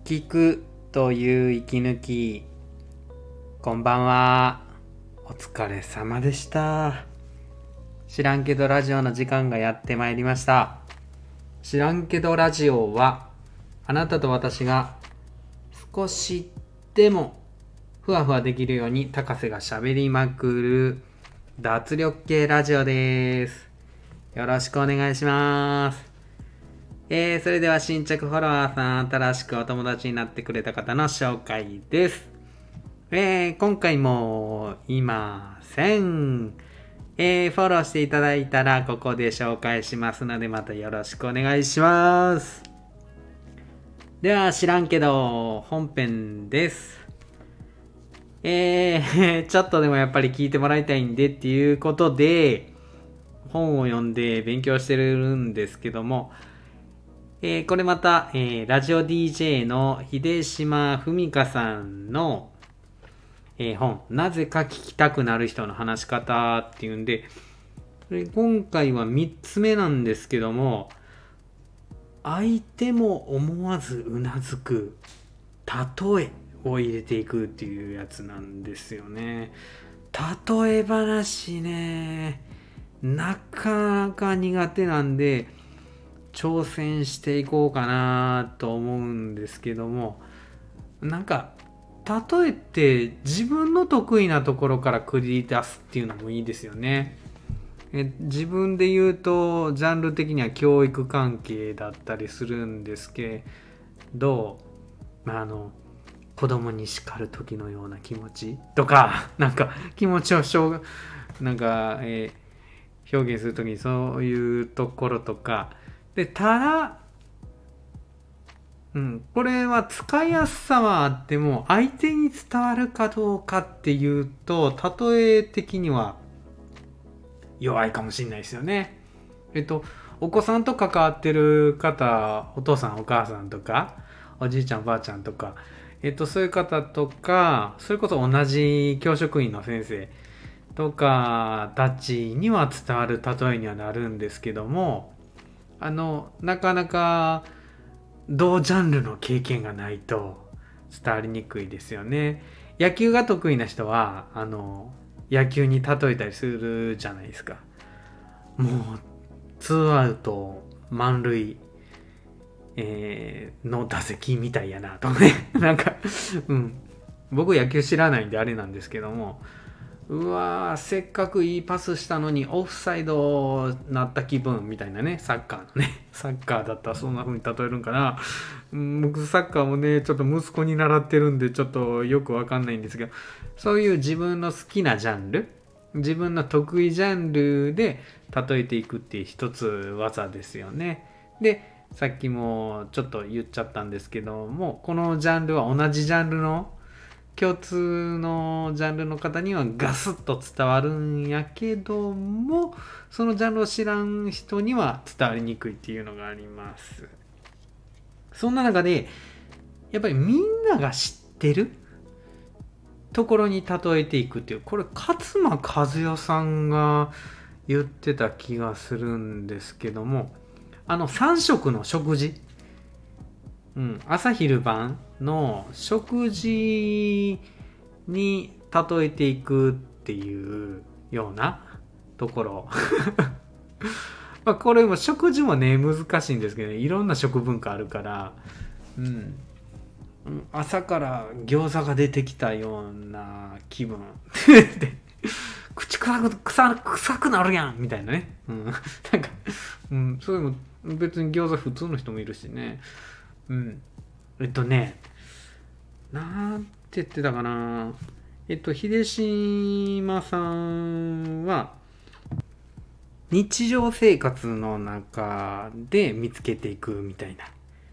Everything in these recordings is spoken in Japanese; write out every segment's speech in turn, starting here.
聞くという息抜き。こんばんは。お疲れ様でした。知らんけどラジオの時間がやってまいりました。知らんけどラジオは、あなたと私が少しでもふわふわできるように高瀬が喋りまくる脱力系ラジオです。よろしくお願いします。それでは新着フォロワーさん、新しくお友達になってくれた方の紹介です。今回もいません。フォローしていただいたらここで紹介しますので、またよろしくお願いします。では知らんけど本編です。ちょっとでもやっぱり聞いてもらいたいんでっていうことで本を読んで勉強してるんですけども、これまた、ラジオ DJ の秀島文香さんの、本、なぜか聞きたくなる人の話し方っていうんで、今回は3つ目なんですけども、相手も思わずうなずく例えを入れていくっていうやつなんですよね。例え話ね、なかなか苦手なんで挑戦していこうかなと思うんですけども、なんか例えって自分の得意なところから繰り出すっていうのもいいですよね。自分で言うとジャンル的には教育関係だったりするんですけど、子供に叱る時のような気持ちとか、なんか気持ちをなんか、表現する時にそういうところとかで、ただ、これは使いやすさはあっても相手に伝わるかどうかっていうと例え的には弱いかもしれないですよね。お子さんと関わってる方、お父さんお母さんとかおじいちゃんおばあちゃんとか、そういう方とか、それこそ同じ教職員の先生とかたちには伝わる例えにはなるんですけども、なかなか同ジャンルの経験がないと伝わりにくいですよね。野球が得意な人は野球に例えたりするじゃないですか。もう2アウト満塁、の打席みたいやなとかねなんか、僕野球知らないんであれなんですけども、うわーせっかくいいパスしたのにオフサイドなった気分みたいなね。サッカーのね、サッカーだったらそんな風に例えるんかな。僕サッカーもねちょっと息子に習ってるんでちょっとよくわかんないんですけど、そういう自分の好きなジャンル、自分の得意ジャンルで例えていくっていう一つ技ですよね。でさっきもちょっと言っちゃったんですけども、このジャンルは同じジャンルの共通のジャンルの方にはガスッと伝わるんやけども、そのジャンルを知らん人には伝わりにくいっていうのがあります。そんな中でやっぱりみんなが知ってるところに例えていくっていう、これ勝間和代さんが言ってた気がするんですけども、3食の食事、朝昼晩の食事に例えていくっていうようなところこれも食事もね難しいんですけどね、いろんな食文化あるから、朝から餃子が出てきたような気分で口臭くなるやんみたいなね、なんか、それも別に餃子普通の人もいるしね。なんて言ってたかな。秀島さんは日常生活の中で見つけていくみたいな。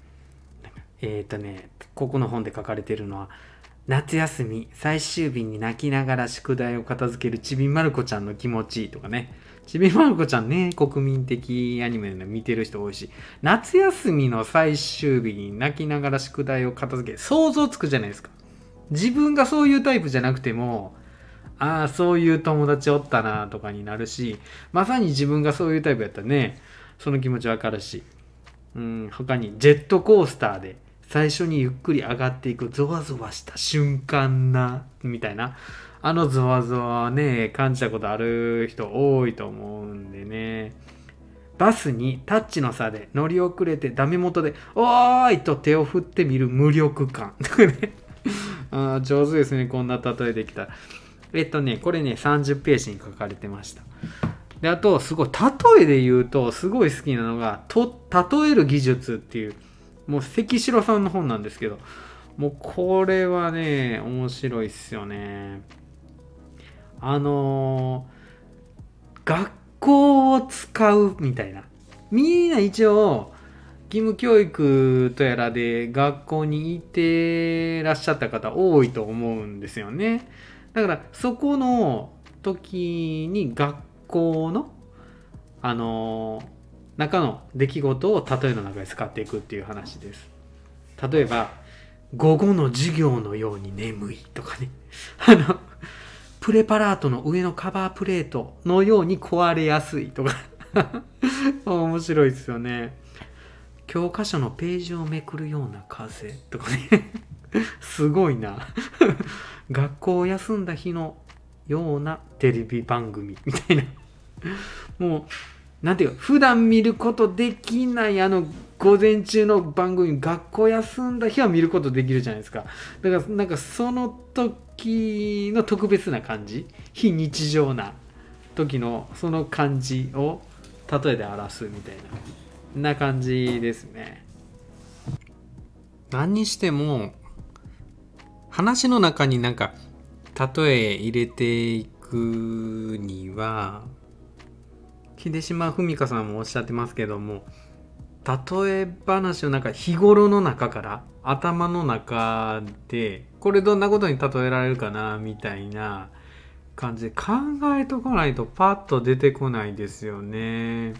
ここの本で書かれているのは、夏休み最終日に泣きながら宿題を片付けるちびまる子ちゃんの気持ちとかね。ちびまる子ちゃんね、国民的アニメで見てる人多いし、夏休みの最終日に泣きながら宿題を片付ける、想像つくじゃないですか。自分がそういうタイプじゃなくても、ああそういう友達おったなとかになるし、まさに自分がそういうタイプやったらね、その気持ちわかるし、他にジェットコースターで最初にゆっくり上がっていくゾワゾワした瞬間なみたいな、あのゾワゾワはね感じたことある人多いと思うんでね。バスにタッチの差で乗り遅れてダメ元でおーいと手を振ってみる無力感上手ですね、こんな例えできたら。これね30ページに書かれてました。であとすごい例えで言うとすごい好きなのが例える技術っていう、もう関城さんの本なんですけど、もうこれはね面白いっすよね。学校を使うみたいな、みんな一応義務教育とやらで学校にいてらっしゃった方多いと思うんですよね。だからそこの時に学校の中の出来事を例えの中で使っていくっていう話です。例えば午後の授業のように眠いとかねプレパラートの上のカバープレートのように壊れやすいとか面白いですよね。教科書のページをめくるような風とかねすごいな学校を休んだ日のようなテレビ番組みたいなもうなんていうか、普段見ることできない午前中の番組、学校休んだ日は見ることできるじゃないですか。だからなんかその時の特別な感じ、非日常な時のその感じを例えで表すみたいな感じですね。何にしても話の中になんか例え入れていくには、秀島文香さんもおっしゃってますけども、例え話をなんか日頃の中から頭の中でこれどんなことに例えられるかなみたいな感じで考えとかないとパッと出てこないですよね。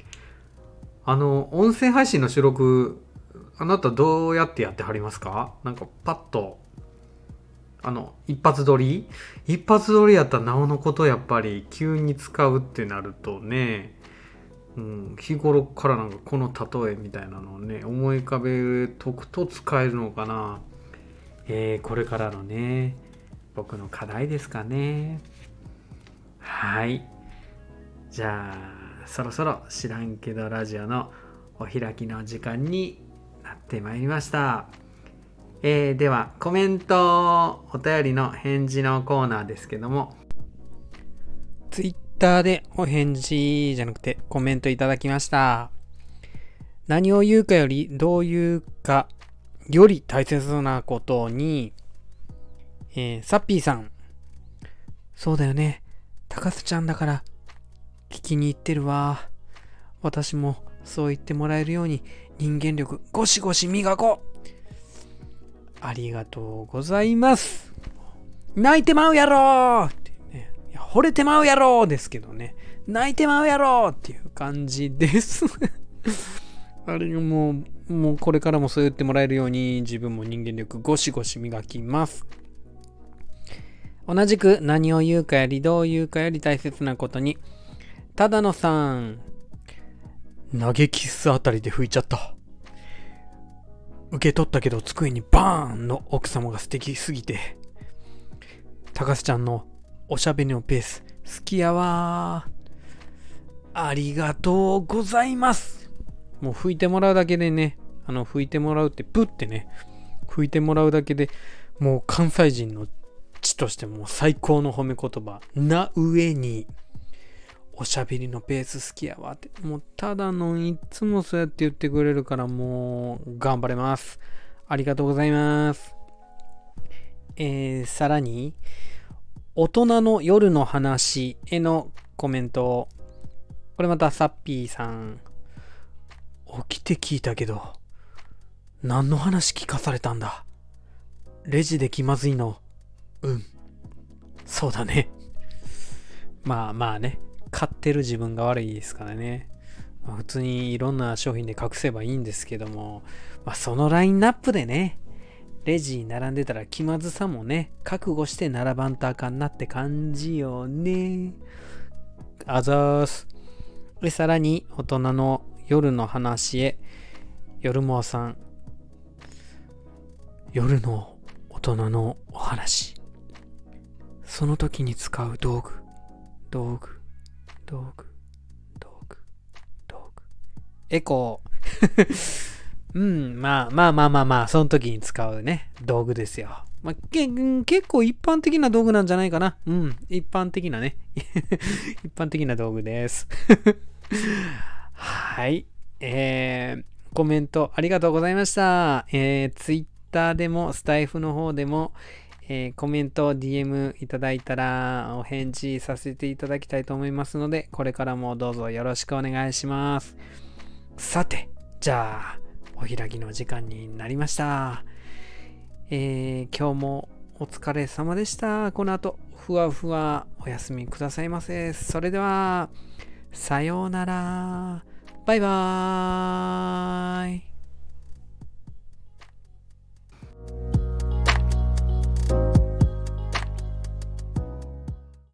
音声配信の収録あなたどうやってやってはりますか？なんかパッと一発撮りやったらなおのことやっぱり急に使うってなるとね、日頃からなんかこの例えみたいなのをね思い浮かべとくと使えるのかな。これからのね僕の課題ですかね。はい、じゃあそろそろ知らんけどラジオのお開きの時間になってまいりました。ではコメントお便りの返事のコーナーですけども、ツイッターでお返事じゃなくてコメントいただきました。何を言うかよりどう言うかより大切なことに、サッピーさん、そうだよね、高須ちゃんだから聞きに行ってるわ。私もそう言ってもらえるように人間力ゴシゴシ磨こう。ありがとうございます。泣いてまうやろってね、いや惚れてまうやろですけどね、泣いてまうやろっていう感じですあれもうこれからもそう言ってもらえるように自分も人間力ゴシゴシ磨きます。同じく何を言うかよりどう言うかより大切なことに、ただのさん、投げキッスあたりで吹いちゃった。受け取ったけど机にバーンの奥様が素敵すぎて、高須ちゃんのおしゃべりのペース好きやわ。ありがとうございます。もう吹いてもらうだけでね、吹いてもらうってプッてね、吹いてもらうだけでもう関西人の地としても最高の褒め言葉な上に、おしゃべりのペース好きやわって、もうただのいつもそうやって言ってくれるから、もう頑張れます。ありがとうございます。さらに大人の夜の話へのコメント、これまたサッピーさん、起きて聞いたけど何の話聞かされたんだ。レジで気まずいの。そうだね。まあね、買ってる自分が悪いですからね。普通にいろんな商品で隠せばいいんですけども、そのラインナップでね、レジに並んでたら気まずさもね、覚悟して並ばんとあかんなって感じよね。あざーす。で、さらに大人の夜の話へ、夜もさん、 夜の大人のお話。その時に使う道具。エコー。まあ、その時に使うね、道具ですよ。結構一般的な道具なんじゃないかな。一般的なね。一般的な道具です。はい。コメントありがとうございました。Twitter でも、スタイフの方でも、コメント、DM いただいたらお返事させていただきたいと思いますので、これからもどうぞよろしくお願いします。さて、じゃあ、お開きの時間になりました。今日もお疲れ様でした。この後、ふわふわお休みくださいませ。それでは、さようなら。バイバーイ。